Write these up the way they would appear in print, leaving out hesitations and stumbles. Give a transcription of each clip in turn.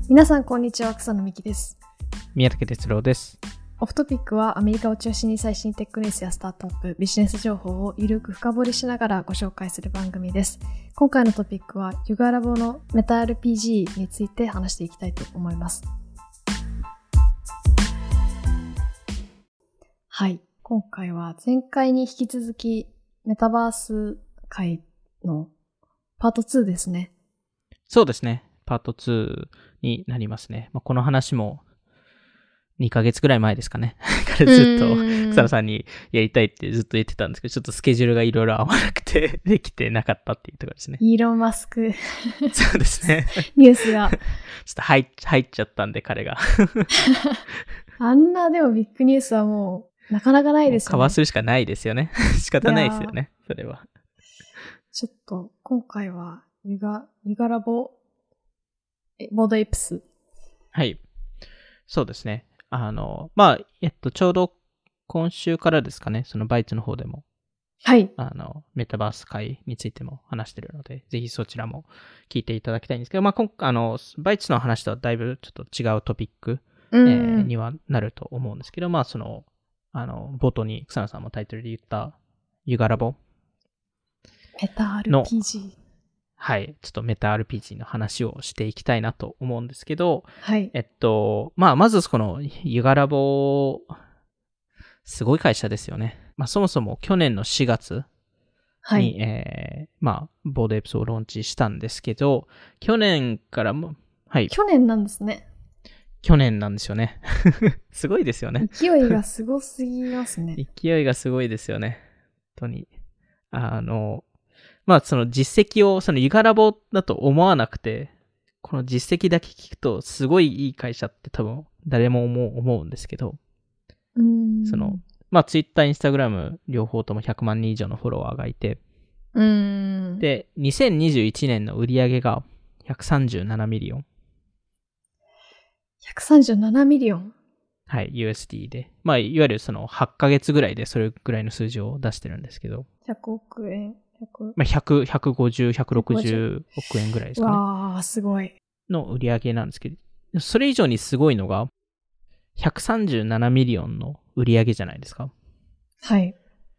皆さんこんにちは、草野美希です。 宮武哲郎です。 オフトピックはアメリカを中心に最新テックニュースやスタートアップ、ビジネス情報をゆるく深掘りしながらご紹介する番組です。今回のトピックはユガラボのメタ RPG について話していきたいと思います。はい、今回は前回に引き続きメタバース回のパート2ですね。 そうですね。パート2になりますね。この話も2ヶ月ぐらい前ですかね。からずっと草野さんにやりたいってずっと言ってたんですけど、ちょっとスケジュールがいろいろ合わなくてできてなかったっていうところですね。 イーロン・マスク。 そうですね。 ニュースが。ちょっと入っちゃったんで、彼が。 あんなでもビッグニュースはもうなかなかないですよね。 かわするしかないですよね。仕方ないですよね。それは。 ちょっと今回はユガラボボードエイプス。 はい。そうですね。ちょうど今週からですかね、そのバイツの方でも、 はい。 メタバース会についても話してるので、ぜひそちらも聞いていただきたいんですけど、バイツの話とはだいぶちょっと違うトピック、にはなると思うんですけど、冒頭に草野さんもタイトルで言ったユガラボメタ RPG。 はい。ちょっとメタ RPG の話をしていきたいなと思うんですけど、 はい。 まずこのユガラボ、すごい会社ですよね。そもそも去年の4月に、ボードエプスをローンチしたんですけど、去年からも、はい。 去年なんですね。 去年なんですよね。すごいですよね。 勢いがすごすぎますね。 勢いがすごいですよね。本当に。その実績を、そのユガラボだと思わなくて、この実績だけ聞くと、すごいいい会社って多分誰も思うんですけど、その、Twitter、Instagram 両方とも100万人以上のフォロワーがいて、で、2021年の売り上げが137ミリオン。 137ミリオン。 はい、USD で。いわゆるその8ヶ月ぐらいでそれぐらいの数字を出してるんですけど。 100億円。 150、160億円ぐらいですかね。 わー、すごい。 の売り上げなんですけど、それ以上にすごいのが、137ミリオンの売り上げじゃないですか。 はい。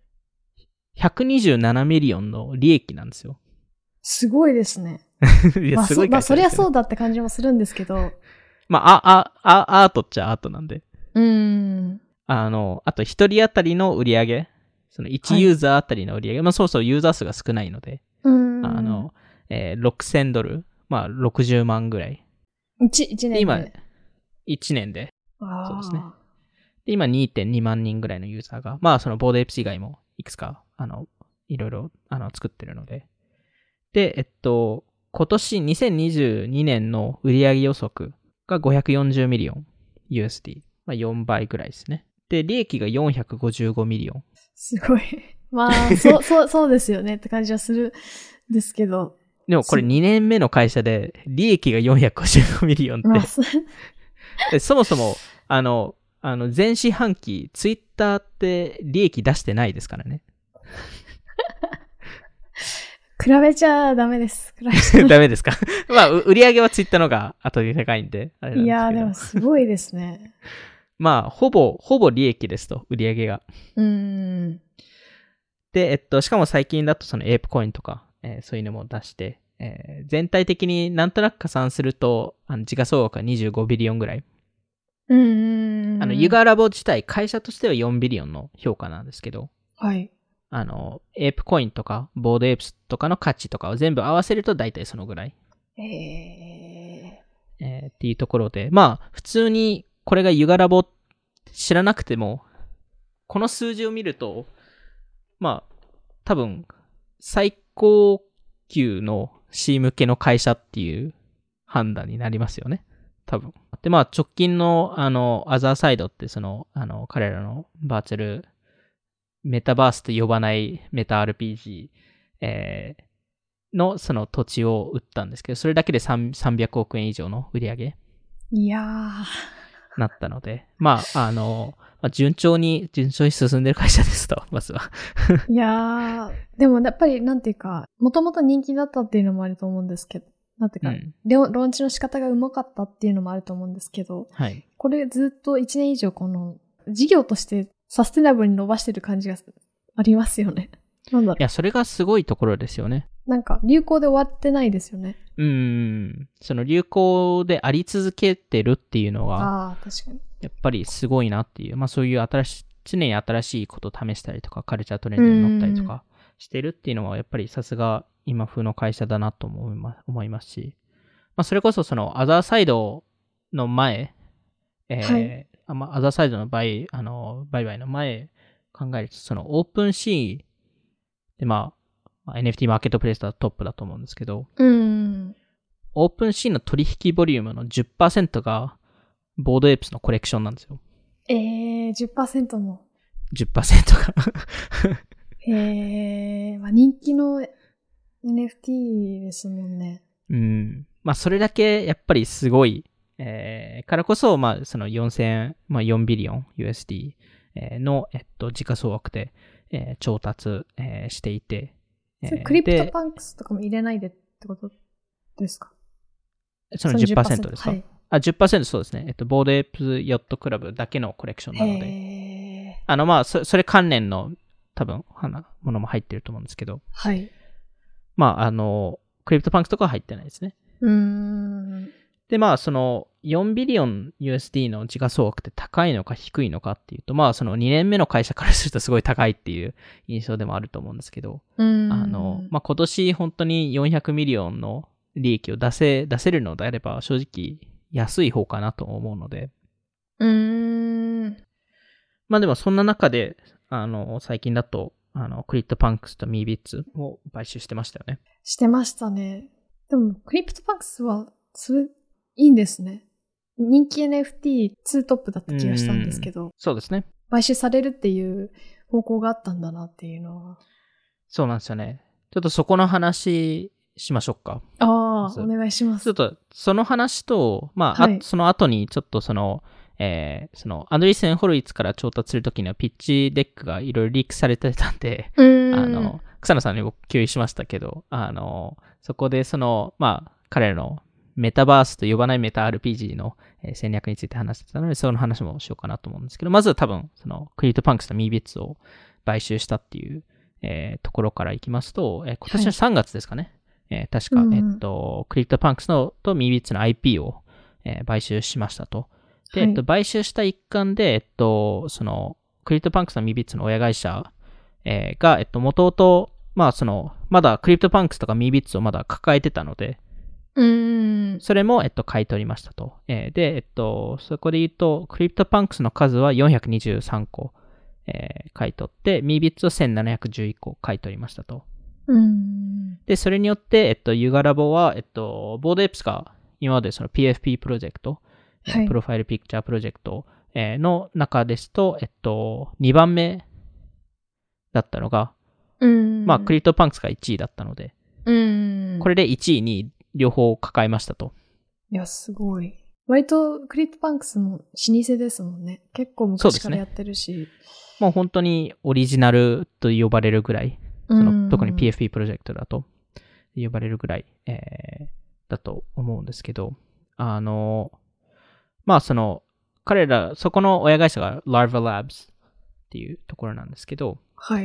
127ミリオンの利益なんですよ。 すごいですね。 いや、すごい会社ですよね。 そりゃそうだって感じもするんですけど。 アートっちゃアートなんで。あと一人当たりの売り上げ。その1ユーザーあたりの売り上げ。そうそうユーザー数が少ないので。$6000。60万ぐらい。 1年で。 今、1年で。そうですね。で、今 2.2 万人ぐらいのユーザーが、そのボードエプス以外もいくつか、いろいろ、作ってるので。で、今年2022年の売上予測が540ミリオン USD。4倍ぐらいですね。で、利益が455ミリオン。 すごい。そうですよねって感じはするんですけど。 でもこれ2年目の会社で、利益が455ミリオンって。そもそも、前四半期、ツイッターって利益出してないですからね。 比べちゃダメです。 ダメですか売り上げはツイッターのが後で高いんで、あれなんですけど。 いやー、でもすごいですね。 ほぼ利益ですと、売り上げが。で、しかも最近だとそのエープコインとか、そういうのも出して、全体的になんとなく加算すると、時価総額は25ビリオンぐらい。ユガラボ自体、会社としては4ビリオンの評価なんですけど、 はい。 エープコインとか、ボードエープスとかの価値とかを全部合わせると大体そのぐらい。っていうところで、普通にこれがユガラボ知らなくても、この数字を見ると、多分、最高級の C 向けの会社っていう判断になりますよね。多分。で、直近の、アザーサイドって、彼らのバーチャル、メタバースと呼ばないメタ RPG、のその土地を売ったんですけど、それだけで300億円以上の売り上げ。 いやー。なったので、順調に進んでる会社ですと、まずは。 いやー、でもやっぱりなんていうか、もともと人気だったっていうのもあると思うんですけど、 なんていうか、ローンチの仕方がうまかったっていうのもあると思うんですけど、 はい。 これずっと1年以上この事業としてサステナブルに伸ばしてる感じがありますよね。なんだろう。 いや、それがすごいところですよね。 なんか流行で終わってないですよね。 その流行であり続けてるっていうのが、 確かに。 やっぱりすごいなっていう、まあそういう常に新しいことを試したりとか、カルチャートレンドに乗ったりとかしてるっていうのは、やっぱりさすが今風の会社だなと思いますし、まあそれこそそのアザーサイドの前、アザーサイドの売買の前考えると、そのオープンシーでまあ NFT マーケットプレイスはトップだと思うんですけど、オープンシーの取引ボリュームの 10% がボードエープスのコレクションなんですよ。 10% も。 10% がまあ、人気の NFT ですもんね。 まあ、それだけやっぱりすごい、からこそ、まあ、その4ビリオン USD の、時価総額で、調達、していて、 クリプトパンクスとかも入れないでってことですか？ その 10% ですか？ はい。 10% そうですね。ボードエープヨットクラブだけのコレクションなので。まあ、それ関連の多分、ものも入ってると思うんですけど。 はい。 まあ、クリプトパンクスとかは入ってないですね。で、まあ、その4ビリオン USD の時価総額って高いのか低いのかっていうと、まあ、その2年目の会社からするとすごい高いっていう印象でもあると思うんですけど、まあ、今年本当に400ミリオンの利益を出せるのであれば、正直安い方かなと思うので。まあでもそんな中で、最近だと、クリプトパンクスとミービッツを買収してましたよね。 してましたね。でも、クリプトパンクスは、それ、いいんですね。人気 NFT2 トップだった気がしたんですけど。 そうですね。 買収されるっていう方向があったんだなっていうのは。 そうなんですよね。ちょっとそこの話しましょうか。 お願いします。 ちょっと、その話と、まあ、その後にちょっとそのアンドリーセン・ホロイツから調達するときのピッチデックがいろいろリークされてたんで、草野さんに僕共有しましたけど、そこでまあ、彼らのメタバースと呼ばないメタ RPG の戦略について話してたので、その話もしようかなと思うんですけど、まずは多分、クリプトパンクスとミービッツを買収したっていう、ところからいきますと、今年の3月ですかね。確か、クリプトパンクスとミービッツの IP を、買収しましたと。で、買収した一環で、クリプトパンクスのミービッツの親会社、が、もともと、まあ、まだクリプトパンクスとかミービッツをまだ抱えてたので、それも、買い取りましたと。で、そこで言うと、クリプトパンクスの数は423個、買い取って、ミービッツを1711個買い取りましたと。で、それによって、ユガラボは、ボードエプスが今までその PFP プロジェクト、プロファイルピクチャープロジェクトの中ですと、2番目だったのが、まあ、クリプトパンクスが1位だったので、これで1位に両方抱えましたと。 いや、すごい。割とクリプトパンクスも老舗ですもんね。結構昔からやってるし。 もう本当にオリジナルと呼ばれるぐらい、特に PFP プロジェクトだと呼ばれるぐらい、だと思うんですけど、まあ彼ら、そこの親会社が Larva Labs っていうところなんですけど、 はい。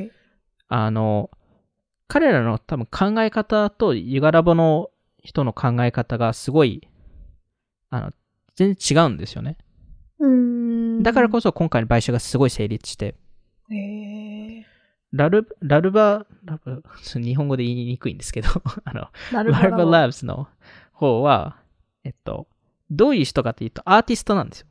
彼らの多分考え方とユガラボの人の考え方がすごい、全然違うんですよね。だからこそ今回の買収がすごい成立して、ラルバ、日本語で言いにくいんですけど、ラルバラブスの方は、どういう人かというとアーティストなんですよ。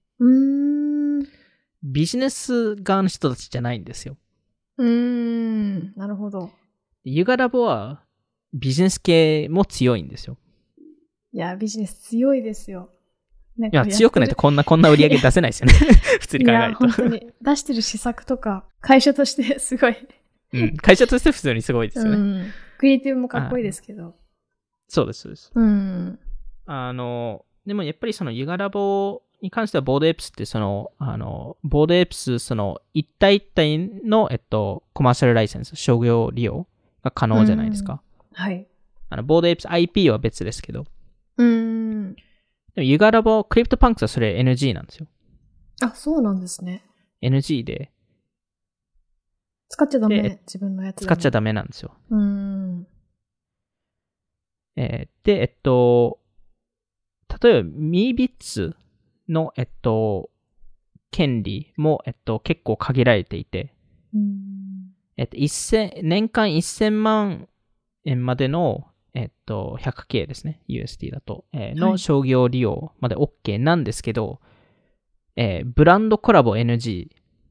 ビジネス側の人たちじゃないんですよ。 なるほど。 ユガラボはビジネス系も強いんですよ。 いや、ビジネス強いですよ。 いや、強くないとこんな売り上げ出せないですよね。普通に考えると。 いや、本当に。出してる施策とか、会社としてすごい。 会社として普通にすごいですよね。 クリエイティブもかっこいいですけど。 そうです、そうです。でもやっぱりユガラボに関してはボードエープスってボードエープス一体一体の、コマーシャルライセンス、商業利用が可能じゃないですか。 はい。 ボードエイプス IP は別ですけど。 うーん。 でもユガラボ、クリプトパンクスはそれ NG なんですよ。 あ、そうなんですね。 NG で。 使っちゃダメ、自分のやつでも。 使っちゃダメなんですよ。 うーん。 で、例えば、ミービッツの、権利も、結構限られていて、年間1000万円までの、100K ですね。USD だと、の商業利用まで OK なんですけど、ブランドコラボ NG、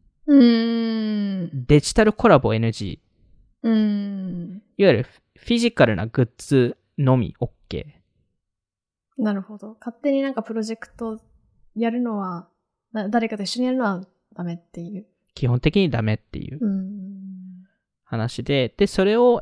デジタルコラボ NG、いわゆるフィジカルなグッズのみ OK。 なるほど。勝手になんかプロジェクトやるのは、誰かと一緒にやるのはダメっていう。 基本的にダメっていう話で、で、それを、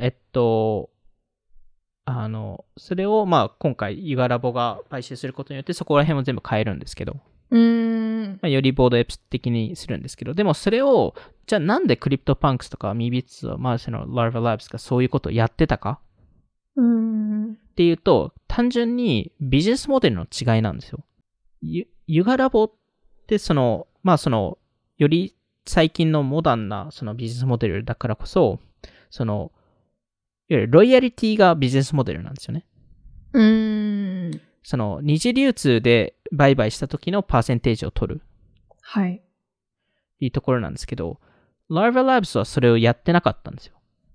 それを、まあ、今回、ユガラボが買収することによって、そこら辺を全部変えるんですけど、まあ、よりボードエプス的にするんですけど、でもそれを、じゃあなんでクリプトパンクスとかミービッツとマーシャのラーバラブスがそういうことをやってたかっていうと、単純にビジネスモデルの違いなんですよ。ユガラボってまあより最近のモダンなそのビジネスモデルだからこそ、いわゆるロイヤリティがビジネスモデルなんですよね。二次流通で売買した時のパーセンテージを取る。 はい。 っていうところなんですけど、Larva Labs はそれをやってなかったんですよ。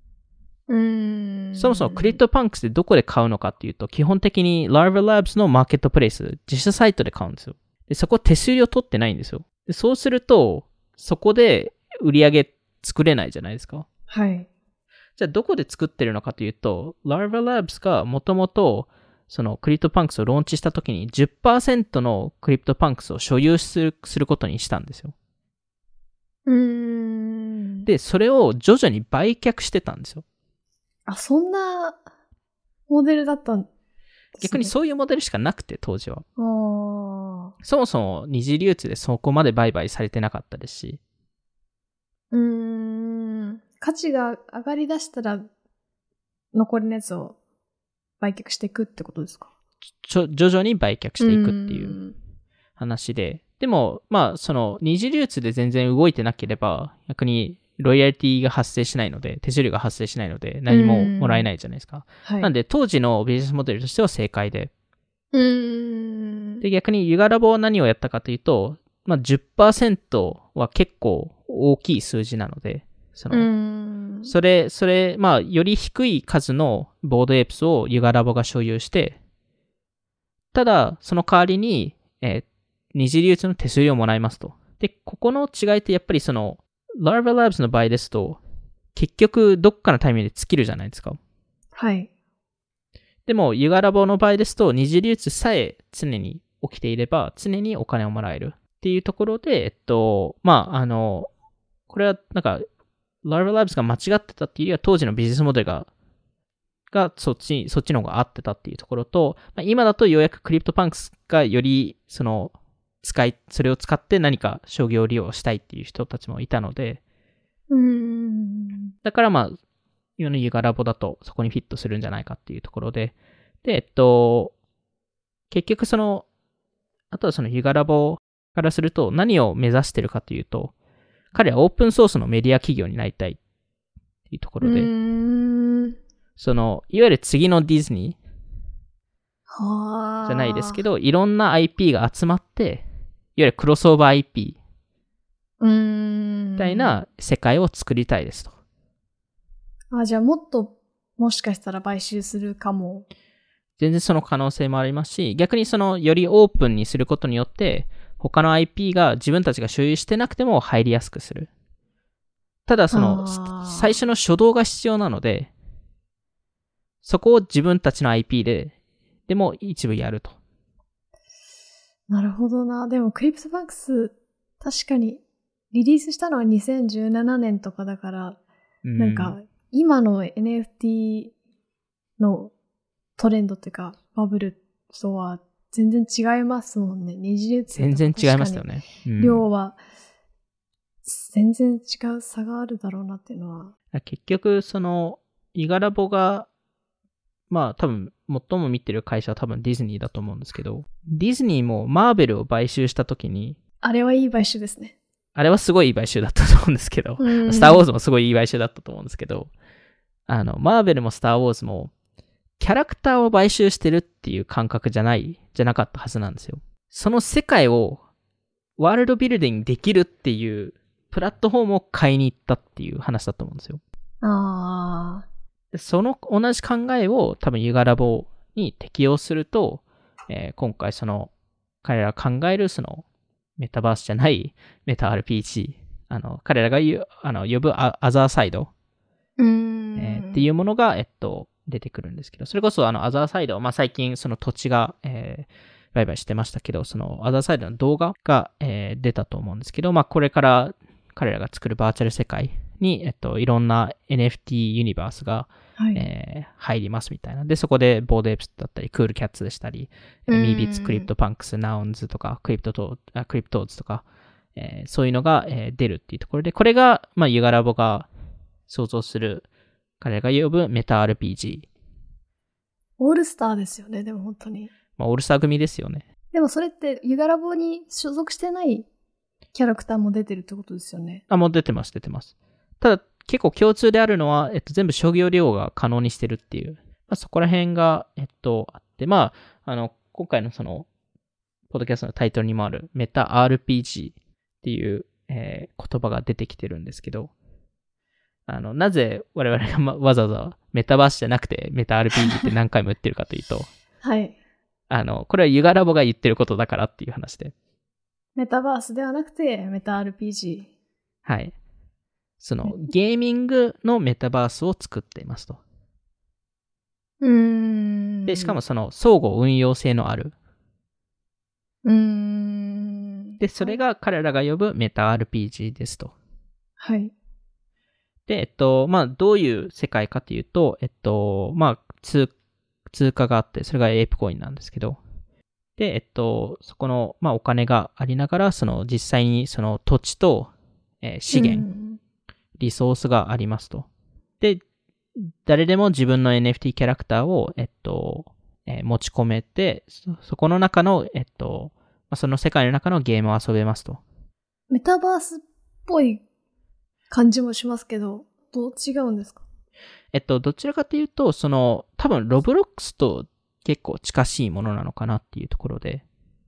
そもそもクリプトパンクスでどこで買うのかっていうと、基本的に Larva Labs のマーケットプレイス、自社サイトで買うんですよ。で、そこ手数料取ってないんですよ。で、そうすると、そこで売り上げ作れないじゃないですか。 はい。 じゃあどこで作ってるのかというと、Larva Labs がもともとそのクリプトパンクスをローンチしたときに 10% のクリプトパンクスを所有することにしたんですよ。で、それを徐々に売却してたんですよ。 あ、そんなモデルだったんですね。 逆にそういうモデルしかなくて、当時は。 そもそも二次流通でそこまで売買されてなかったですし。 価値が上がりだしたら残りのやつを売却していくってことですか？ 徐々に売却していくっていう話で。でも、まあ、二次流通で全然動いてなければ、逆にロイヤリティが発生しないので、手数料が発生しないので、何ももらえないじゃないですか。 はい、 なんで、当時のビジネスモデルとしては正解で。 で、 逆にユガラボは何をやったかというと、まあ、10% は結構大きい数字なので、それ、まあ、より低い数のボードエイプスをユガラボが所有して、ただ、その代わりに、二次流通の手数料をもらいますと。で、ここの違いってやっぱりLarva Labs の場合ですと、結局どっかのタイミングで尽きるじゃないですか。 はい。 でも、ユガラボの場合ですと、二次流通さえ常に起きていれば、常にお金をもらえるっていうところで、まあ、これはなんか、Larva Labs が間違ってたっていうよりは、当時のビジネスモデルがそっちの方が合ってたっていうところと、まあ、今だとようやくクリプトパンクスがより、それを使って何か商業利用したいっていう人たちもいたので、だからまあ、世のユガラボだとそこにフィットするんじゃないかっていうところで、で、結局あとはユガラボからすると何を目指してるかというと、彼はオープンソースのメディア企業になりたいっていうところで、いわゆる次のディズニーじゃないですけど、いろんな IP が集まって、いわゆるクロスオーバー IP みたいな世界を作りたいですと。 じゃあもっともしかしたら買収するかも。 全然その可能性もありますし、逆によりオープンにすることによって、他の IP が自分たちが所有してなくても入りやすくする。ただ最初の初動が必要なので、そこを自分たちの IP でも一部やると。 なるほどな。でもクリプトパンクス確かにリリースしたのは2017年とかだから、なんか今の NFT のトレンドっていうかバブルとは全然違いますもんね。二次流通全然違いますよね。 量は全然違う差があるだろうなっていうのは。 結局ユガラボがまあ多分最も見てる会社は多分ディズニーだと思うんですけど、ディズニーもマーベルを買収した時に、 あれはいい買収ですね。 あれはすごいいい買収だったと思うんですけど、スターウォーズもすごいいい買収だったと思うんですけど、マーベルもスターウォーズも、キャラクターを買収してるっていう感覚じゃなかったはずなんですよ。その世界をワールドビルディングできるっていうプラットフォームを買いに行ったっていう話だと思うんですよ。でその同じ考えを多分ユガラボに適用すると、今回その彼らが考えるそのメタバースじゃないメタ RPG、彼らが呼ぶアザーサイド、っていうものが、出てくるんですけど、それこそアザーサイド、まあ、最近その土地が、売買してましたけど、そのアザーサイドの動画が、出たと思うんですけど、まあ、これから彼らが作るバーチャル世界に、いろんな NFT ユニバースが、入りますみたいな。で、そこでボードエプスだったり、クールキャッツでしたり、ミービッツ、クリプトパンクス、ナウンズとか、クリプトトーズとか、そういうのが、出るっていうところで、これが、まあ、ユガラボが想像する、彼らが呼ぶメタ RPG。 オールスターですよね、でも本当に。 まあ、オールスター組ですよね。 でもそれってユガラボに所属してないキャラクターも出てるってことですよね。 もう出てます。ただ、結構共通であるのは、全部商業利用が可能にしてるっていう。まあ、そこら辺が、あって、まあ、今回のその、ポッドキャストのタイトルにもあるメタ RPG っていう、言葉が出てきてるんですけど、なぜ我々がわざわざメタバースじゃなくてメタ RPG って何回も言ってるかというと、 はい。 これはユガラボが言ってることだからっていう話で。 メタバースではなくてメタ RPG。 はい。そのゲーミングのメタバースを作っていますと。で、しかもその相互運用性のある。で、それが彼らが呼ぶメタ RPG ですと。 はい。 で、まあ、どういう世界かというと、まあ、通貨があって、それがエープコインなんですけど、で、そこの、まあ、お金がありながら、その、実際にその土地と、資源、リソースがありますと。で、誰でも自分の NFT キャラクターを、持ち込めて、そこの中の、その世界の中のゲームを遊べますと。 メタバースっぽい感じもしますけど、どう違うんですか？ どちらかというと、その、多分、ロブロックスと結構近しいものなのかなっていうところで。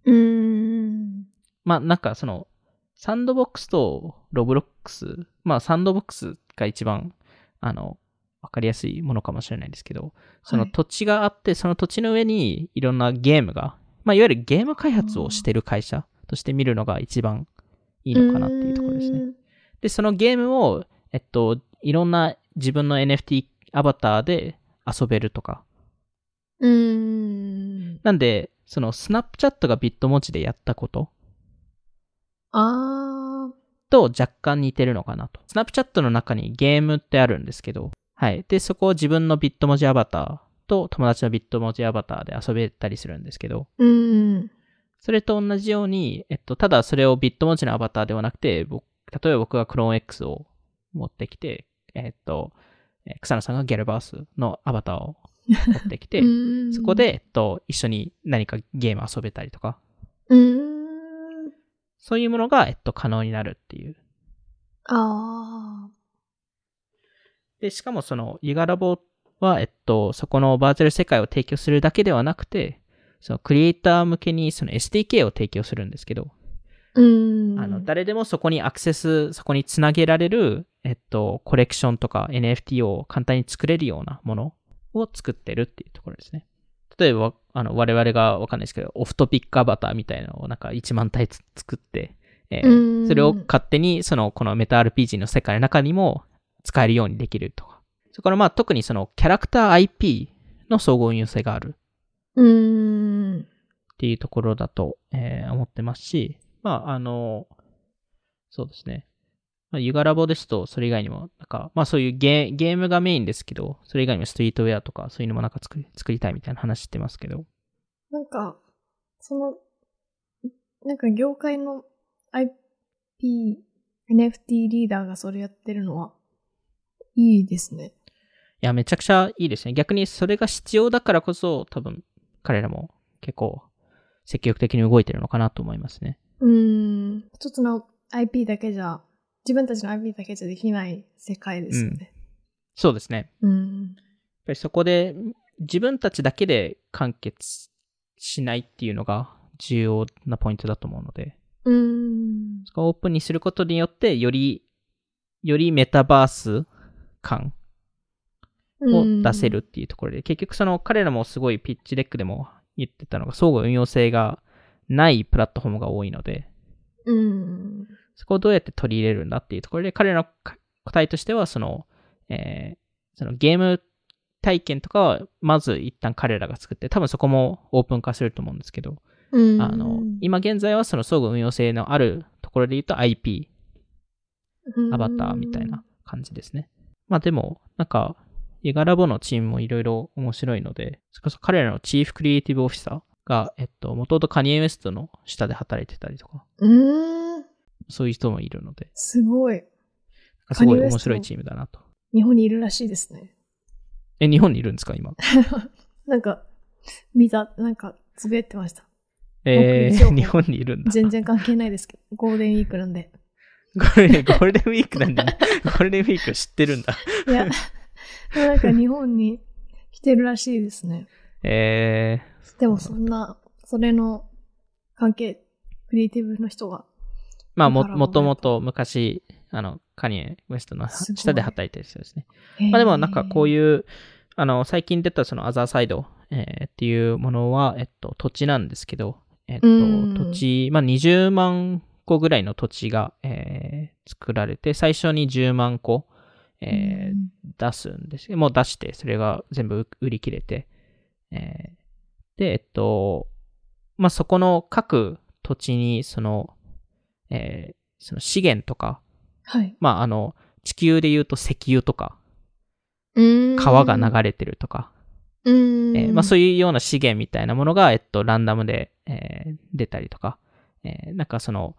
まあ、なんかその、サンドボックスとロブロックス、まあ、サンドボックスが一番、わかりやすいものかもしれないですけど、その土地があって、その土地の上にいろんなゲームが、まあ、いわゆるゲーム開発をしてる会社として見るのが一番いいのかなっていうところですね。で、そのゲームを、いろんな自分の NFT アバターで遊べるとか。なんで、そのスナップチャットがビット文字でやったことと若干似てるのかなと。スナップチャットの中にゲームってあるんですけど、はい。で、そこを自分のビット文字アバターと友達のビット文字アバターで遊べたりするんですけど、それと同じように、ただそれをビット文字のアバターではなくて、例えば僕がクローン X を持ってきて、草野さんがギャルバースのアバターを持ってきて、そこで、一緒に何かゲーム遊べたりとか、そういうものが、可能になるっていう。で、しかもその、ユガラボは、そこのバーチャル世界を提供するだけではなくて、そのクリエイター向けにその SDK を提供するんですけど、誰でもそこにアクセス、そこにつなげられる、コレクションとか NFT を簡単に作れるようなものを作ってるっていうところですね。例えば、我々がわかんないですけど、オフトピックアバターみたいなのをなんか1万体作って、それを勝手にこのメタ RPG の世界の中にも使えるようにできるとか。そこからまあ特にそのキャラクター IP の総合運用性がある。っていうところだと、思ってますし、まあそうですね。まあ、ユガラボですと、それ以外にも、なんか、まあそういうゲームがメインですけど、それ以外にもストリートウェアとか、そういうのもなんか作りたいみたいな話してますけど。 なんか、なんか業界の IP、NFT リーダーがそれやってるのは、いいですね。 や、めちゃくちゃいいですね。逆にそれが必要だからこそ、多分、彼らも結構、積極的に動いてるのかなと思いますね。 一つの IP だけじゃ、自分たちの IP だけじゃできない世界ですよね。 そうですね。やっぱりそこで、自分たちだけで完結しないっていうのが重要なポイントだと思うので、そこをオープンにすることによって、よりメタバース感を出せるっていうところで、結局その彼らもすごいピッチデックでも言ってたのが、相互運用性がないプラットフォームが多いので、そこをどうやって取り入れるんだっていうところで、彼らの答えとしては、そのゲーム体験とかは、まず一旦彼らが作って、多分そこもオープン化すると思うんですけど、今現在はその相互運用性のあるところで言うと IP、アバターみたいな感じですね。まあでも、なんか、ユガラボのチームもいろいろ面白いので、それこそ彼らのチーフクリエイティブオフィサーが、もともとカニエ・ウェストの下で働いてたりとか、そういう人もいるので、 すごい。 すごい面白いチームだなと。 日本にいるらしいですね。 日本にいるんですか、今。 なんか、つぶやってました。 日本にいるんだ。 全然関係ないですけど、ゴールデンウィークなんで。 ゴールデンウィークなんでね。ゴールデンウィーク知ってるんだ。 いや、なんか日本に来てるらしいですね。でもそれの関係、クリエイティブの人が。 まあ、もともと昔、カニエ・ウェストの下で働いてる人ですね。まあでもなんかこういう、最近出たそのアザーサイド、っていうものは、土地なんですけど、土地、まあ20万個ぐらいの土地が、作られて、最初に10万個、出すんですよ。もう出して、それが全部売り切れて、で、まあそこの各土地にその資源とか、 はい。 まあ地球で言うと石油とか、川が流れてるとか、まあそういうような資源みたいなものが、ランダムで、出たりとか、なんかその、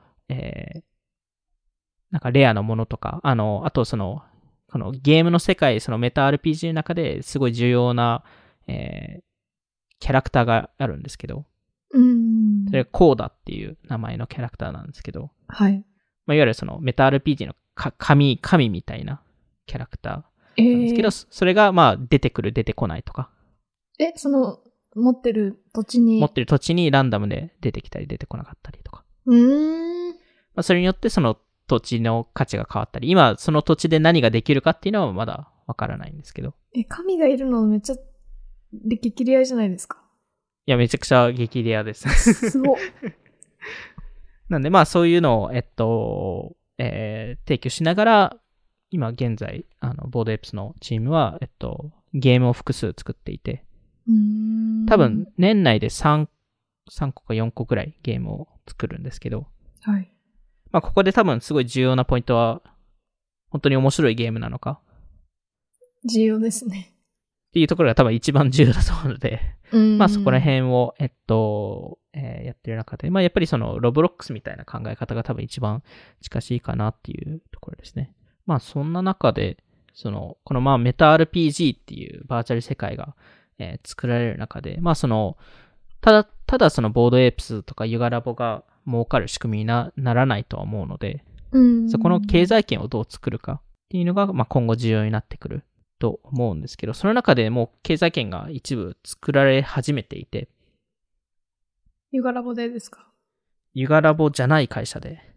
なんかレアなものとか、あとこのゲームの世界、そのメタ RPG の中ですごい重要な、キャラクターがあるんですけど、それがコーダっていう名前のキャラクターなんですけど、 はい。 まあ、いわゆるそのメタ RPG の神みたいなキャラクターなんですけど、それがまあ出てくる出てこないとか。 持ってる土地にランダムで出てきたり出てこなかったりとか。まあ、それによってその土地の価値が変わったり、今その土地で何ができるかっていうのはまだわからないんですけど。 神がいるのめっちゃ激レアじゃないですか。 いや、めちゃくちゃ激レアです。 すごい。 なんでまあそういうのを、提供しながら、今現在、ボードエイプスのチームは、ゲームを複数作っていて、多分年内で3個か4個くらいゲームを作るんですけど、 はい。 まあここで多分すごい重要なポイントは、本当に面白いゲームなのか。 重要ですね。 っていうところが多分一番重要だと思うので、まあそこら辺を、やってる中で、まあやっぱりそのロブロックスみたいな考え方が多分一番近しいかなっていうところですね。まあそんな中で、このまあメタ RPG っていうバーチャル世界が、作られる中で、まあただそのボードエイプスとかユガラボが儲かる仕組みにならないとは思うので、そこの経済圏をどう作るかっていうのが、まあ今後重要になってくると思うんですけど、その中でもう経済圏が一部作られ始めていて。 ユガラボでですか？ ユガラボじゃない会社で。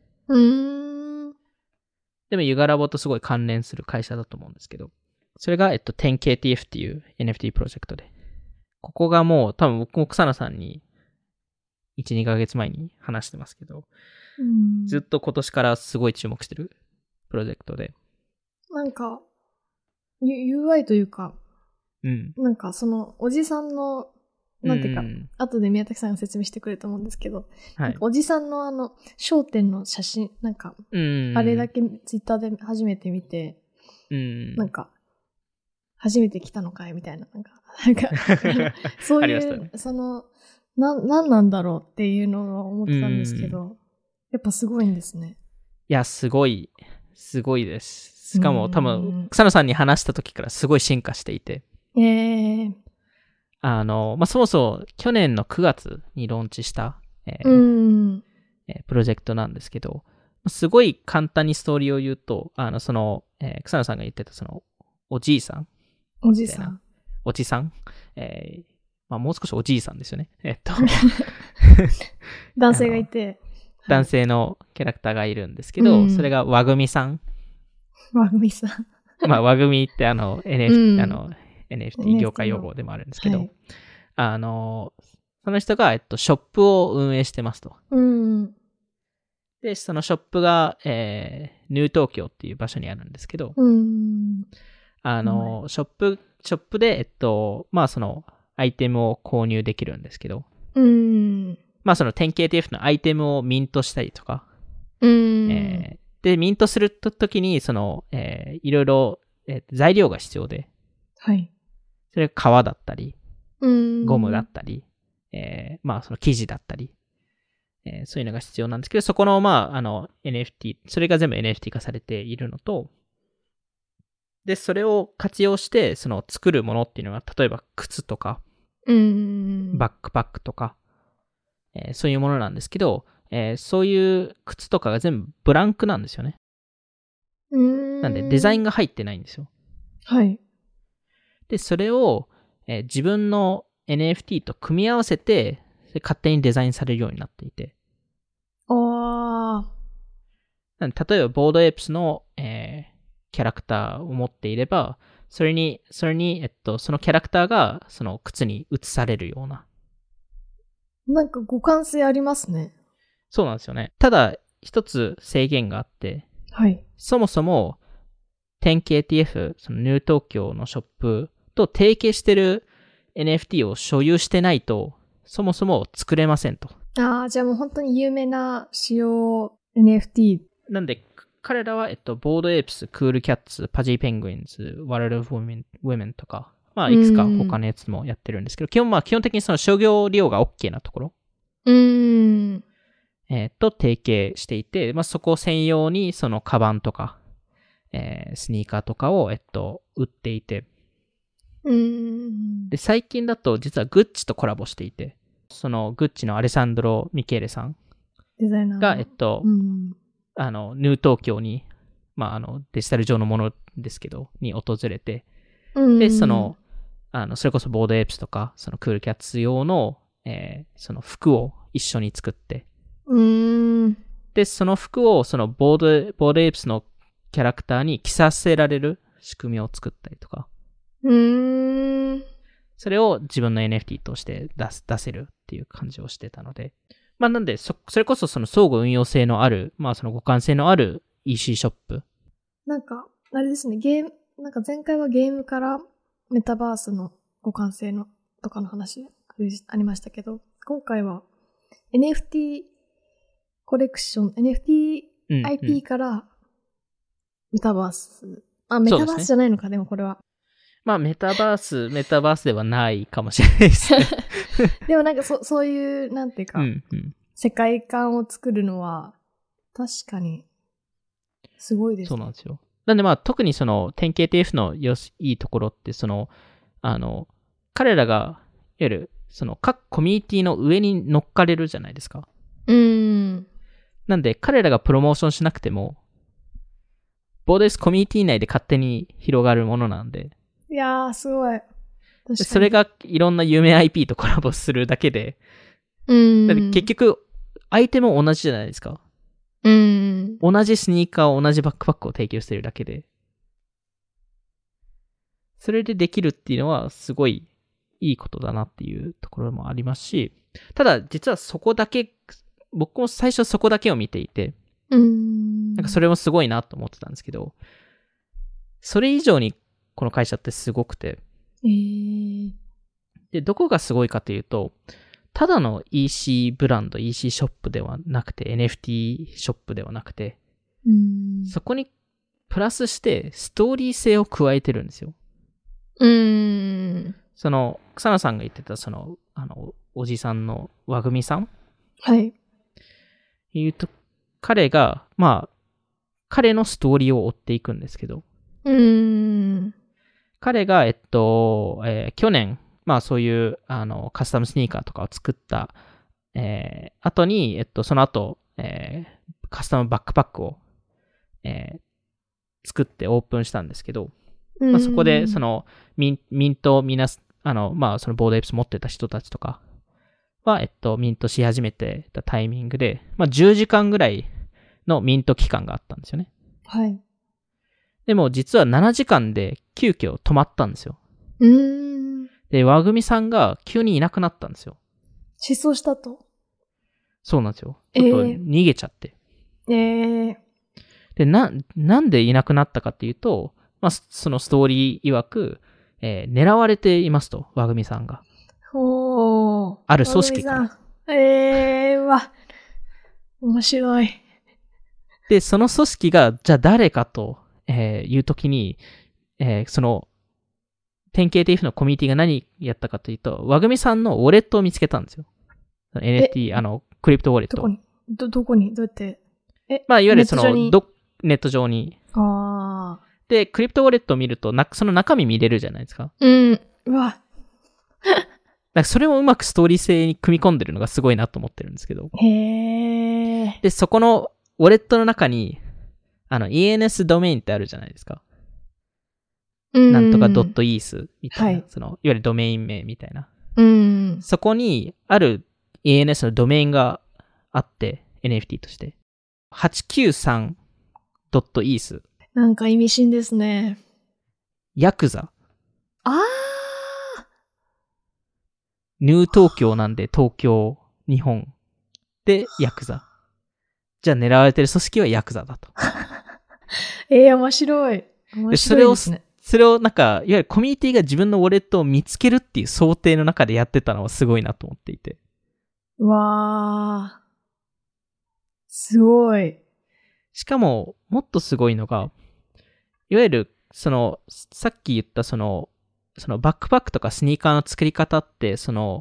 でもユガラボとすごい関連する会社だと思うんですけど、それが10KTF っていう NFT プロジェクトで、ここがもう多分僕も草野さんに1、2ヶ月前に話してますけど、ずっと今年からすごい注目してるプロジェクトで。 なんか、UI というか、なんかそのおじさんの、なんていうか、後で宮崎さんが説明してくれると思うんですけど、はい、おじさんの商店の写真、なんか、あれだけツイッターで初めて見て、なんか、初めて来たのかいみたいな、なんかそういう、ね、なんなんだろうっていうのを思ってたんですけど、やっぱすごいんですね。 いや、すごいです。 しかも多分、草野さんに話した時からすごい進化していて。そもそも去年の9月にローンチした、プロジェクトなんですけど、すごい簡単にストーリーを言うと、草野さんが言ってたおじいさん。 おじさん。 おじさん。もう少しおじいさんですよね。 男性がいて。 男性のキャラクターがいるんですけど、それが和組さん。 和組さん。 和組ってNFT 業界用語でもあるんですけど、その人が、ショップを運営してますと。で、そのショップが、ニュー東京っていう場所にあるんですけど、ショップで、そのアイテムを購入できるんですけど、その 10KTF のアイテムをミントしたりとか、で、ミントするときに、いろいろ、材料が必要で、それが革だったり、ゴムだったり、その生地だったり、そういうのが必要なんですけど、そこの、NFT、それが全部 NFT 化されているのと、で、それを活用して、作るものっていうのは、例えば靴とか、バックパックとか、そういうものなんですけど、そういう靴とかが全部ブランクなんですよね。なんで、デザインが入ってないんですよ。で、それを、自分の NFT と組み合わせて、勝手にデザインされるようになっていて。なんで例えば、ボードエイプスの、キャラクターを持っていれば、そのキャラクターが、その靴に映されるような。 なんか互換性ありますね。 そうなんですよね。ただ、一つ制限があって、そもそも、10KTF、そのニュー東京のショップと提携してる NFT を所有してないと、そもそも作れませんと。 じゃあもう本当に有名な仕様 NFT。 なんで、彼らは、ボードエイプス、クールキャッツ、パジーペングインズ、ワールドオブウィメンとか、いくつか他のやつもやってるんですけど、基本的にその商業利用が OK なところ。と提携していて、そこ専用にそのカバンとか、スニーカーとかを、売っていて。で、最近だと実はグッチとコラボしていて、そのグッチのアレサンドロ・ミケーレさんデザイナーが、ニュー東京に、デジタル上のものですけど、に訪れて、で、それこそボードエイプスとか、そのクールキャッツ用の、その服を一緒に作って、で、その服をそのボードエイプスのキャラクターに着させられる仕組みを作ったりとか。それを自分の NFT として出せるっていう感じをしてたので。なんで、それこそその相互運用性のある、その互換性のある EC ショップ。 なんか、あれですね、なんか前回はゲームからメタバースの互換性のとかの話ありましたけど、今回は NFT コレクション、NFT IP からメタバース。メタバースじゃないのか、でもこれは。 メタバースではないかもしれないですね。 でもなんかそういう、なんていうか、世界観を作るのは、確かに、すごいですね。 そうなんですよ。なんで特にその 10KTF のいいところって、彼らが、いわゆる、各コミュニティの上に乗っかれるじゃないですか。なんで、彼らがプロモーションしなくても、ボードエイプスコミュニティ内で勝手に広がるものなんで。 いやー、すごい。 それがいろんな有名 IP とコラボするだけで、だって結局、相手も同じじゃないですか。同じスニーカー、同じバックパックを提供してるだけで。それでできるっていうのは、すごいいいことだなっていうところもありますし、ただ、実はそこだけ、僕も最初そこだけを見ていて、なんかそれもすごいなと思ってたんですけど、それ以上にこの会社ってすごくて、で、どこがすごいかというと、ただの EC ブランド、EC ショップではなくて、NFT ショップではなくて、そこにプラスしてストーリー性を加えてるんですよ。草野さんが言ってた、おじさんの和組さんはい。 言うと、彼が、 彼のストーリーを追っていくんですけど、彼が、去年、まあそういう、カスタムスニーカーとかを作った、後に、その後、カスタムバックパックを、作ってオープンしたんですけど、まあそこで、その、ミント、まあそのボードエイプス持ってた人たちとかは、ミントし始めてたタイミングで、まあ10時間ぐらいのミント期間があったんですよね。 はい。 でも実は7時間で急遽止まったんですよ。で、和組さんが急にいなくなったんですよ。 失踪したと。 そうなんですよ。ちょっと逃げちゃって。で、なんでいなくなったかっていうと、まあ、そのストーリー曰く、狙われていますと、和組さんが。ある組織から。 わ。面白い。 で、その組織が、じゃあ誰かと、いうときに、その、10KTF のコミュニティが何やったかというと、和組さんのウォレットを見つけたんですよ。NFT、クリプトウォレット。 どこにどうやってまあ、いわゆるその、ネット上に。で、クリプトウォレットを見ると、その中身見れるじゃないですか。 うわ。 それもうまくストーリー性に組み込んでるのがすごいなと思ってるんですけど。で、そこのウォレットの中に、ENS ドメインってあるじゃないですか。なんとか .eth みたいな、はい、いわゆるドメイン名みたいな。そこにある ENS のドメインがあって、NFT として。893.eth。 なんか意味深ですね。 ヤクザ。ニュー東京なんで東京、日本。で、ヤクザ。じゃあ狙われてる組織はヤクザだと。 面白い。面白いですね。 それをなんか、いわゆるコミュニティが自分のウォレットを見つけるっていう想定の中でやってたのはすごいなと思っていて。 わー。すごい。 しかも、もっとすごいのが、いわゆる、さっき言ったそのバックパックとかスニーカーの作り方って、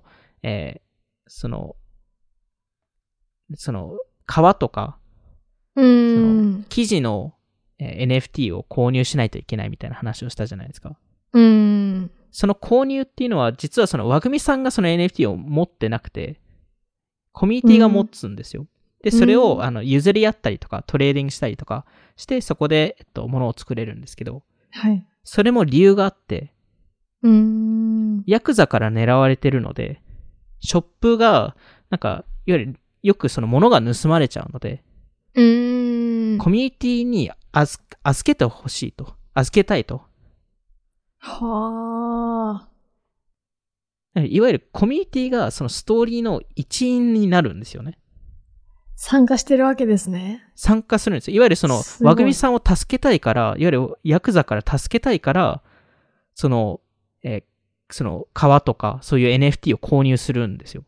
革とか、生地のNFT を購入しないといけないみたいな話をしたじゃないですか。その購入っていうのは、実はその和組さんがその NFT を持ってなくて、コミュニティが持つんですよ。で、それを譲り合ったりとか、トレーディングしたりとかして、そこで、物を作れるんですけど、 はい。 それも理由があって、ヤクザから狙われてるので、ショップが、なんか、いわゆる、よくその物が盗まれちゃうので、コミュニティに預けてほしいと。預けたいと。 はあ。いわゆるコミュニティがそのストーリーの一員になるんですよね。 参加してるわけですね。 参加するんですよ。いわゆるその、和組さんを助けたいから、いわゆるヤクザから助けたいから、その革とか、そういう NFT を購入するんですよ。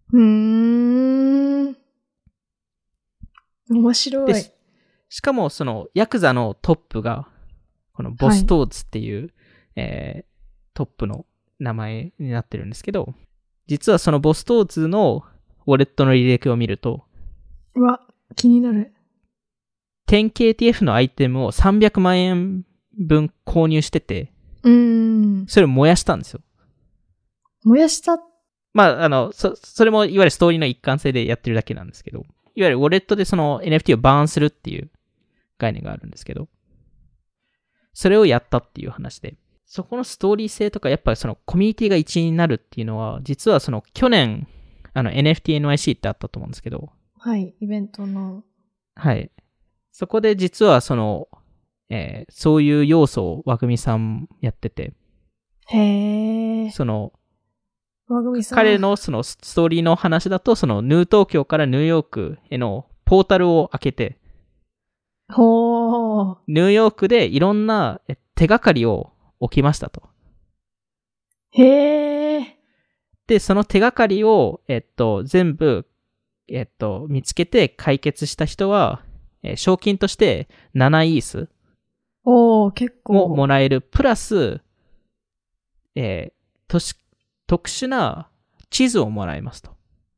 面白い。 しかも、その、ヤクザのトップが、このボストーズっていう、トップの名前になってるんですけど、実はそのボストーズのウォレットの履歴を見ると、 うわ、気になる。 10KTF のアイテムを300万円分購入してて、それを燃やしたんですよ。 燃やした？ まあ、それもいわゆるストーリーの一貫性でやってるだけなんですけど、いわゆるウォレットでその NFT をバーンするっていう概念があるんですけど、それをやったっていう話で、そこのストーリー性とか、やっぱりそのコミュニティが一員になるっていうのは、実はその去年、NFTNYC ってあったと思うんですけど、 はい、イベントの。 はい。そこで実はそういう要素を和組さんやってて、 和組さん。 彼のそのストーリーの話だと、そのニュー東京からニューヨークへのポータルを開けて、ニューヨークでいろんな手がかりを置きましたと。で、その手がかりを、全部、見つけて解決した人は、賞金として7イース結構をもらえる。プラス、特殊な地図をもらえますと。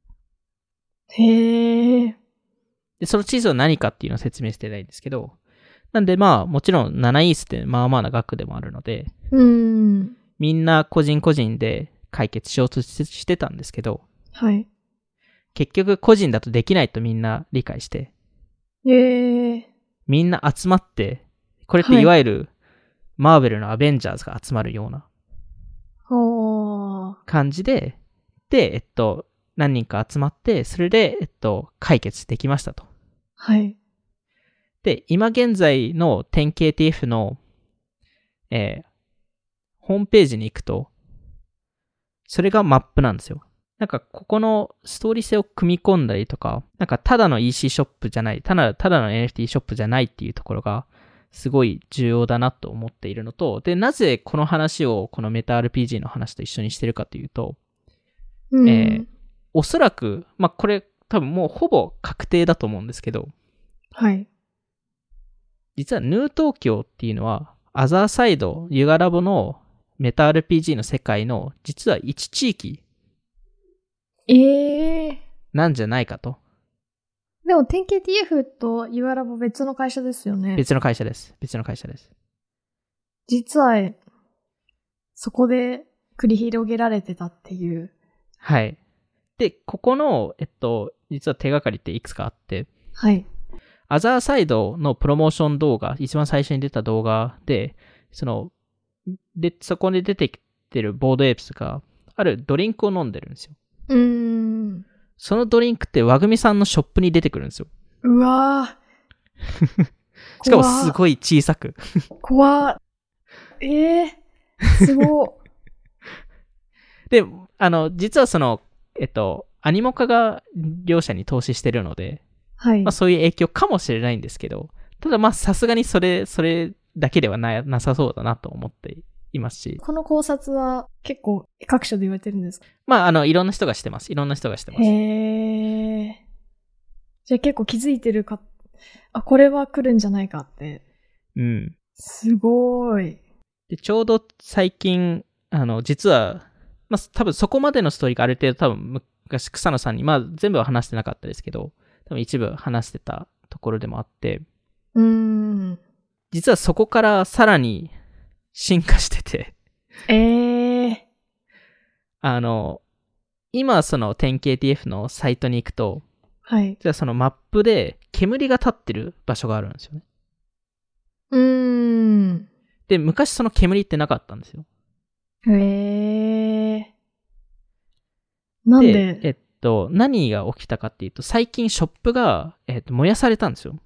で、その地図は何かっていうのを説明してないんですけど、 なんでまあもちろん7イースってまあまあな額でもあるので、みんな個人個人で解決しようとしてたんですけど、 はい。 結局個人だとできないとみんな理解して、みんな集まって、これっていわゆるマーベルのアベンジャーズが集まるような感じで、で、何人か集まって、それで、解決できましたと。 はい。 で、今現在の 10KTF の、ホームページに行くと、それがマップなんですよ。なんか、ここのストーリー性を組み込んだりとか、なんか、ただの EC ショップじゃない、ただの NFT ショップじゃないっていうところが、すごい重要だなと思っているのと、で、なぜこの話をこのメタ RPG の話と一緒にしてるかというと、おそらく、まあ、これ多分もうほぼ確定だと思うんですけど、 はい。 実はヌー東京っていうのは、アザーサイド、ユガラボのメタ RPG の世界の実は一地域なんじゃないかと。 でも 10KTF とユアラボ別の会社ですよね。 別の会社です。 実は、そこで繰り広げられてたっていう。 はい。で、ここの、実は手がかりっていくつかあって、 はい。 アザーサイドのプロモーション動画、一番最初に出た動画で、そこで出てきてるボードエイプスが、あるドリンクを飲んでるんですよ。そのドリンクって和組さんのショップに出てくるんですよ。 うわーしかもすごい小さく。 怖っ。すごで、実はアニモカが両者に投資してるので、 はい。 まあそういう影響かもしれないんですけど、ただまあさすがにそれだけではなさそうだなと思っていますし。 この考察は結構各所で言われてるんですか？ まあいろんな人がしてます。 じゃあ結構気づいてるか、これは来るんじゃないかって。すごい。 で、ちょうど最近、実は、まあ多分そこまでのストーリーがある程度多分昔草野さんに、まあ全部は話してなかったですけど、多分一部話してたところでもあって、実はそこからさらに進化してて、今その 10KTF のサイトに行くと、 はい。 じゃあそのマップで煙が立ってる場所があるんですよね。で、昔その煙ってなかったんですよ。 なんで？ 何が起きたかっていうと、最近ショップが、燃やされたんですよ。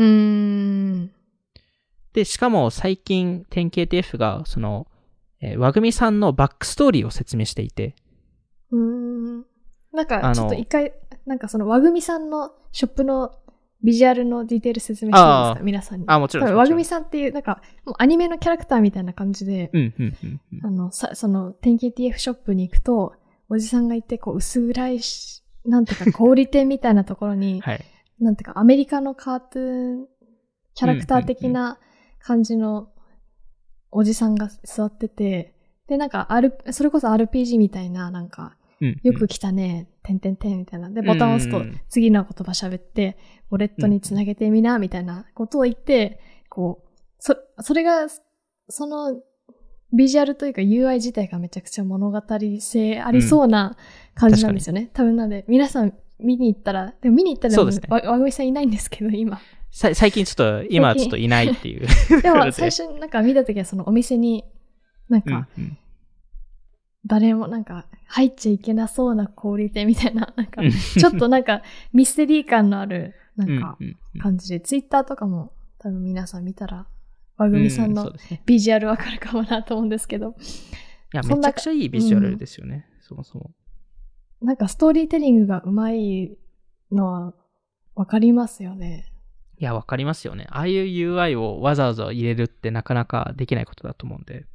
で、しかも最近 10KTF が、和組さんのバックストーリーを説明していて。 なんか、ちょっと一回、なんかその和組さんのショップのビジュアルのディテール説明していいですか？皆さんに。 もちろん。 和組さんっていう、なんか、もうアニメのキャラクターみたいな感じで、その 10KTF ショップに行くと、おじさんがいて、こう、薄暗いなんていうか、小売店みたいなところに、 はい、 なんていうか、アメリカのカートゥーン、キャラクター的な感じのおじさんが座ってて、で、なんか、それこそ RPG みたいな、なんか、よく来たね、てんてんてんみたいな。で、ボタンを押すと、次の言葉喋って、ウォレットにつなげてみな、みたいなことを言って、こう、それが、その、ビジュアルというか UI 自体がめちゃくちゃ物語性ありそうな感じなんですよね。多分なんで、皆さん見に行ったら、でも見に行ったら、 そうですね。 和組さんいないんですけど、今。 最近ちょっと、今ちょっといないっていう。 でも最初になんか見たときはそのお店に、なんか、誰もなんか入っちゃいけなそうな小売店みたいな、なんか、ちょっとなんかミステリー感のある、なんか、感じで、ツイッターとかも多分皆さん見たら、和組さんのビジュアルわかるかもなと思うんですけど。 いや、めちゃくちゃいいビジュアルですよね、そもそも。 なんかストーリーテリングが上手いのはわかりますよね。 いや、わかりますよね。ああいう UI をわざわざ入れるってなかなかできないことだと思うんで。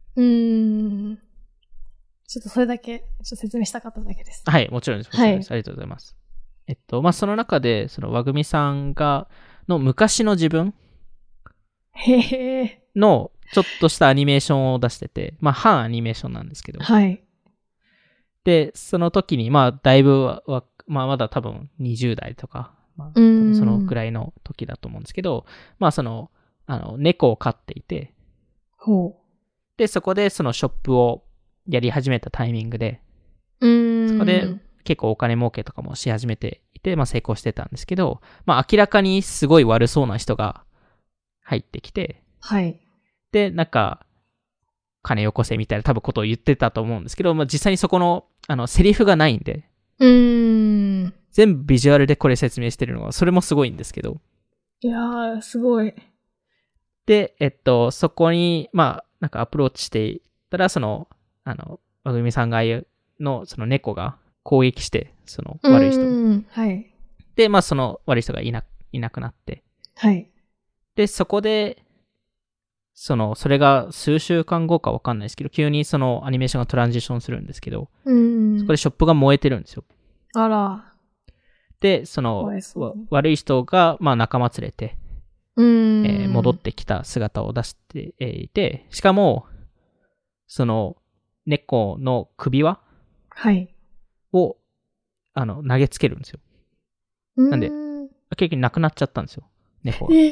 ちょっとそれだけ、ちょっと説明したかっただけです。 はい、もちろんです。 はい。 ありがとうございます。まあ、その中で、その和組さんの昔の自分のちょっとしたアニメーションを出してて、まあ、半アニメーションなんですけど。 はい。 で、その時に、まあ、だいぶまあ、まだ多分20代とか、まあ、多分そのくらいの時だと思うんですけど、まあ、 猫を飼っていて、 ほう。 で、そこでそのショップをやり始めたタイミングで、 そそこで結構お金儲けとかもし始めていて、まあ成功してたんですけど、まあ明らかにすごい悪そうな人が入ってきて、 はい。 で、なんか、金よこせみたいな多分ことを言ってたと思うんですけど、まあ実際にそこの、セリフがないんで、全部ビジュアルでこれ説明してるのは、それもすごいんですけど。 いやー、すごい。 で、そこに、まあ、なんかアプローチしていったら、和組さんがの、その猫が攻撃して、その悪い人。 はい。 で、まあ、その悪い人がいなくなって。 はい。 で、そこで、それが数週間後かわかんないですけど、急にそのアニメーションがトランジションするんですけど、そこでショップが燃えてるんですよ。 あら。 で、悪い人が、まあ、仲間連れて、戻ってきた姿を出していて、しかも、その、猫の首輪はい。 を、投げつけるんですよ。なんで、結局なくなっちゃったんですよ。猫が。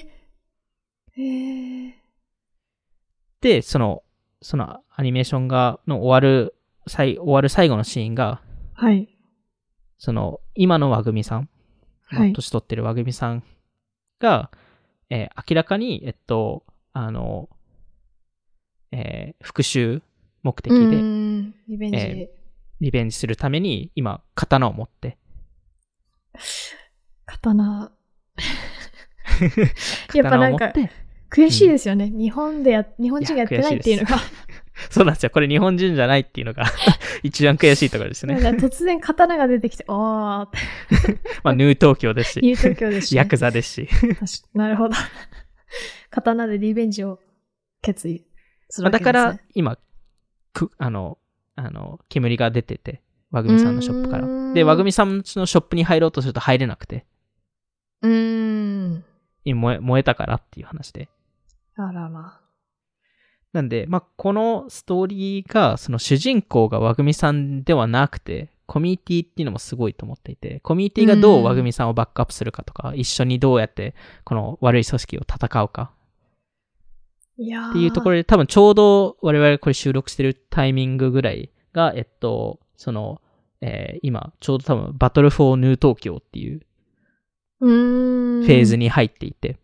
で、そのアニメーション終わる最後のシーンが、 はい。 今の和組さん、 はい、 年取ってる和組さんが、明らかに、復讐目的で、リベンジするために、今、刀を持って。 刀。やっぱなんか、悔しいですよね。日本人がやってないっていうのが。 そうなんですよ。これ日本人じゃないっていうのが一番悔しいところですね。 突然刀が出てきて、おーって。 まあ、ヌー東京ですし。 ニュー東京ですし、 ヤクザですし。 なるほど。刀でリベンジを決意するわけですね。 だから、今、煙が出てて、和組さんのショップから。で、和組さんのショップに入ろうとすると入れなくて。燃えたからっていう話で。 あらま。 なんで、まあ、このストーリーが、その主人公が和組さんではなくて、コミュニティっていうのもすごいと思っていて、コミュニティがどう和組さんをバックアップするかとか、一緒にどうやってこの悪い組織を戦うか。っていうところで、多分ちょうど我々これ収録してるタイミングぐらいが、今、ちょうど多分バトルフォーニュー東京っていうフェーズに入っていて。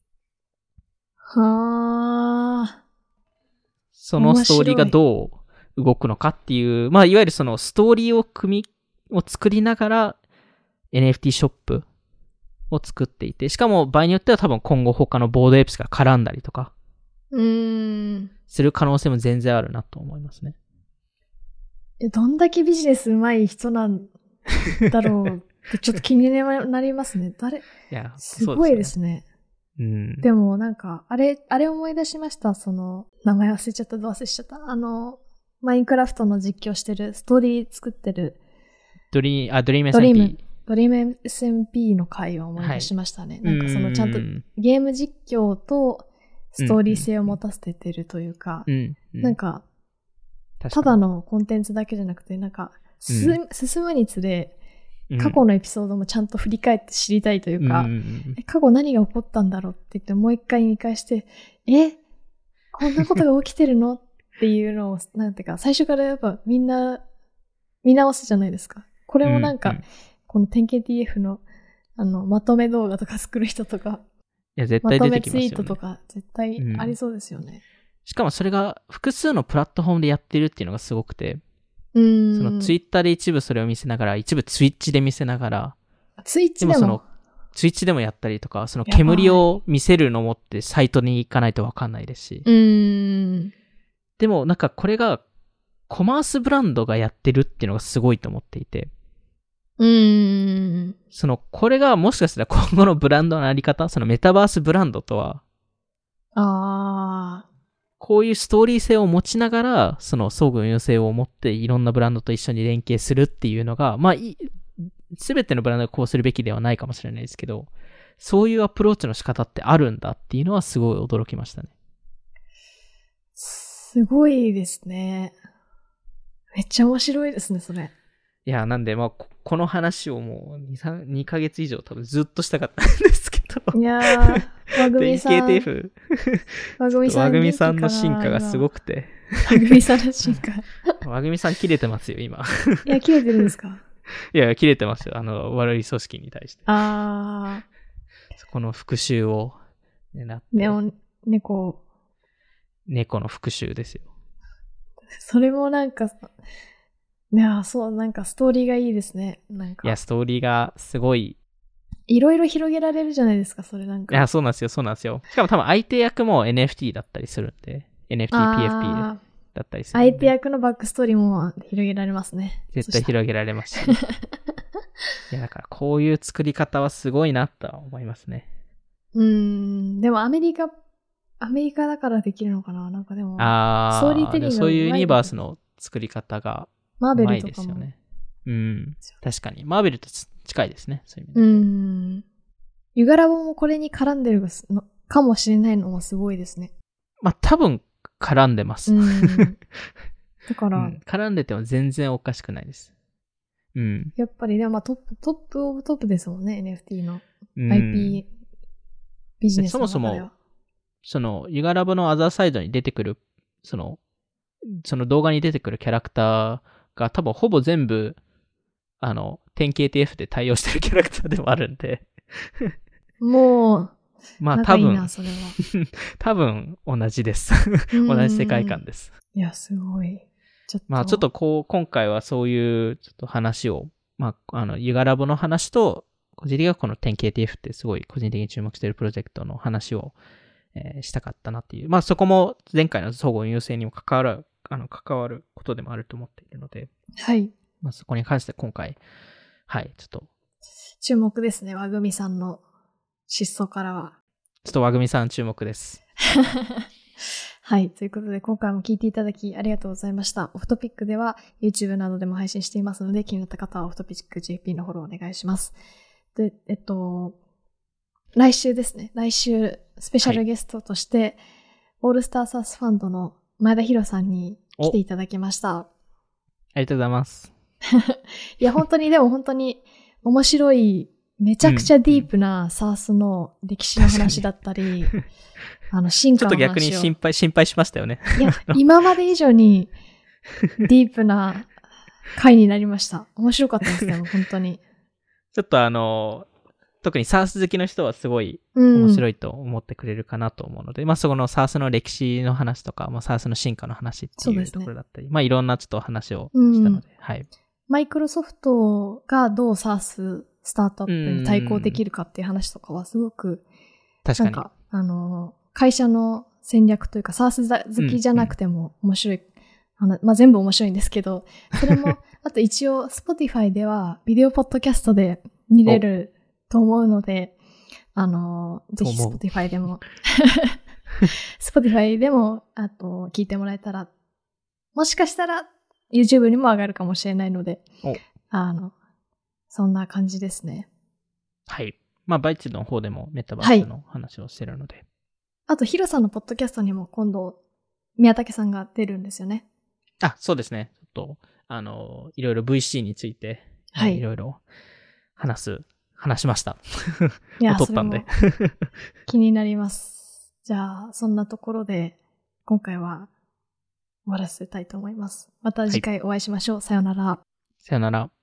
はー。 そのストーリーがどう動くのかっていう、まあ、いわゆるそのストーリーを作りながら NFT ショップを作っていて、しかも場合によっては多分今後他のボードエイプスが絡んだりとか、する可能性も全然あるなと思いますね。 どんだけビジネス上手い人なんだろうってちょっと気になりますね。いや、すごいですね。でもなんか、あれ思い出しました。名前忘れちゃった、どう忘れしちゃった。マインクラフトの実況してる、ストーリー作ってる。 ドリーム SMP。 ドリーム SMP の回を思い出しましたね。はい、なんかちゃんとゲーム実況とストーリー性を持たせてるというか、なんか、ただのコンテンツだけじゃなくて、なんか、進むにつれ、過去のエピソードもちゃんと振り返って知りたいというか、過去何が起こったんだろうって言ってもう一回見返して、こんなことが起きてるのっていうのを、なんていうか、最初からやっぱみんな見直すじゃないですか。これもなんか、この 10KTF のまとめ動画とか作る人とか、 いや絶対出てきますよね。 まとめツイートとか絶対ありそうですよね。 しかもそれが複数のプラットフォームでやってるっていうのがすごくて、そのツイッターで一部それを見せながら、一部ツイッチで見せながら、 ツイッチでもツイッチでもやったりとか、その煙を見せるのもってサイトに行かないとわかんないですし。でもなんかこれがコマースブランドがやってるっていうのがすごいと思っていて。これがもしかしたら今後のブランドのあり方、そのメタバースブランドとは、こういうストーリー性を持ちながら、その相互運用性を持っていろんなブランドと一緒に連携するっていうのが、まあ、すべてのブランドがこうするべきではないかもしれないですけど、そういうアプローチの仕方ってあるんだっていうのはすごい驚きましたね。 すごいですね。めっちゃ面白いですね、それ。 いや、なんで、まあ、この話をもう2ヶ月以上多分ずっとしたかったんですけど。 と。 いやー、和組さん。 10KTF。 和組さん。 和組さんの進化がすごくて。 和組さんの進化。 和組さん切れてますよ、今。 いや、切れてるんですか？ いや、切れてますよ。悪い組織に対して。 あそこの復讐を狙って。 猫の復讐ですよ。 それもなんか、いや、そう、なんかストーリーがいいですね。なんか。 いや、ストーリーがすごい。 いろいろ広げられるじゃないですか、それなんか。 いや、そうなんですよ。しかも多分相手役も NFT だったりするんで。NFT、PFP だったりするんで。 相手役のバックストーリーも広げられますね。 絶対広げられますし、ね。いや、だからこういう作り方はすごいなとは思いますね。 でもアメリカだからできるのかな、なんかでも。ストーリーテリングそういうユニバースの作り方がうまいですよね。確かに。マーベルと近いですね。そういう意味で。 ユガラボもこれに絡んでるのかもしれないのもすごいですね。 まあ、多分絡んでます。 だから、 絡んでても全然おかしくないです。 やっぱり、でもまあトップオブトップですもんね、NFT の IP ビジネスの中では。 そもそも、ユガラボのアザーサイドに出てくる、その動画に出てくるキャラクターが多分ほぼ全部、10KTF で対応してるキャラクターでもあるんで。 もう、 まあ多分、多分同じです。同じ世界観です。 いや、すごい。 まあちょっと今回はそういうちょっと話を、まあ、ユガラボの話と、個人的にはこの 10KTF ってすごい個人的に注目しているプロジェクトの話を、したかったなっていう。まあそこも前回の総合優勢にも関わることでもあると思っているので。 はい。 まあそこに関して今回、はい、ちょっと。 注目ですね、和組さんの失踪からは。 ちょっと和組さん注目です。 はい。ということで、今回も聞いていただきありがとうございました。オフトピックでは YouTube などでも配信していますので、気になった方はオフトピック JP のフォローお願いします。で、来週ですね。来週、スペシャルゲストとして、はい、オールスターサースファンドの前田博さんに来ていただきました。 ありがとうございます。 いや、本当に面白い、めちゃくちゃディープなサースの歴史の話だったり、進化の話を。ちょっと逆に心配しましたよね。 いや、今まで以上にディープな回になりました。面白かったですね、本当に。 ちょっと特に SARS 好きの人はすごい面白いと思ってくれるかなと思うので、まあそこの SARS の歴史の話とか、まあ SARS の進化の話っていうところだったり、まあいろんなちょっと話をしたので、はい。 マイクロソフトがどう SARS スタートアップに対抗できるかっていう話とかはすごく、 確かに。 なんか、会社の戦略というか SARS 好きじゃなくても面白い、まあ全部面白いんですけど、それも、あと一応 Spotify ではビデオポッドキャストで見れると思うので、ぜひ Spotify でも、Spotify でも、聞いてもらえたら、もしかしたら YouTube にも上がるかもしれないので、そんな感じですね。 はい。まあ、バイツの方でもメタバースの話をしてるので。はい、 あと、ヒロさんのポッドキャストにも今度、宮武さんが出るんですよね。 あ、そうですね。ちょっと、いろいろ VC について、はい、いろいろ話しました。 いや、 撮ったんで。 気になります。じゃあ、そんなところで、今回は終わらせたいと思います。また次回お会いしましょう。さよなら。 さよなら。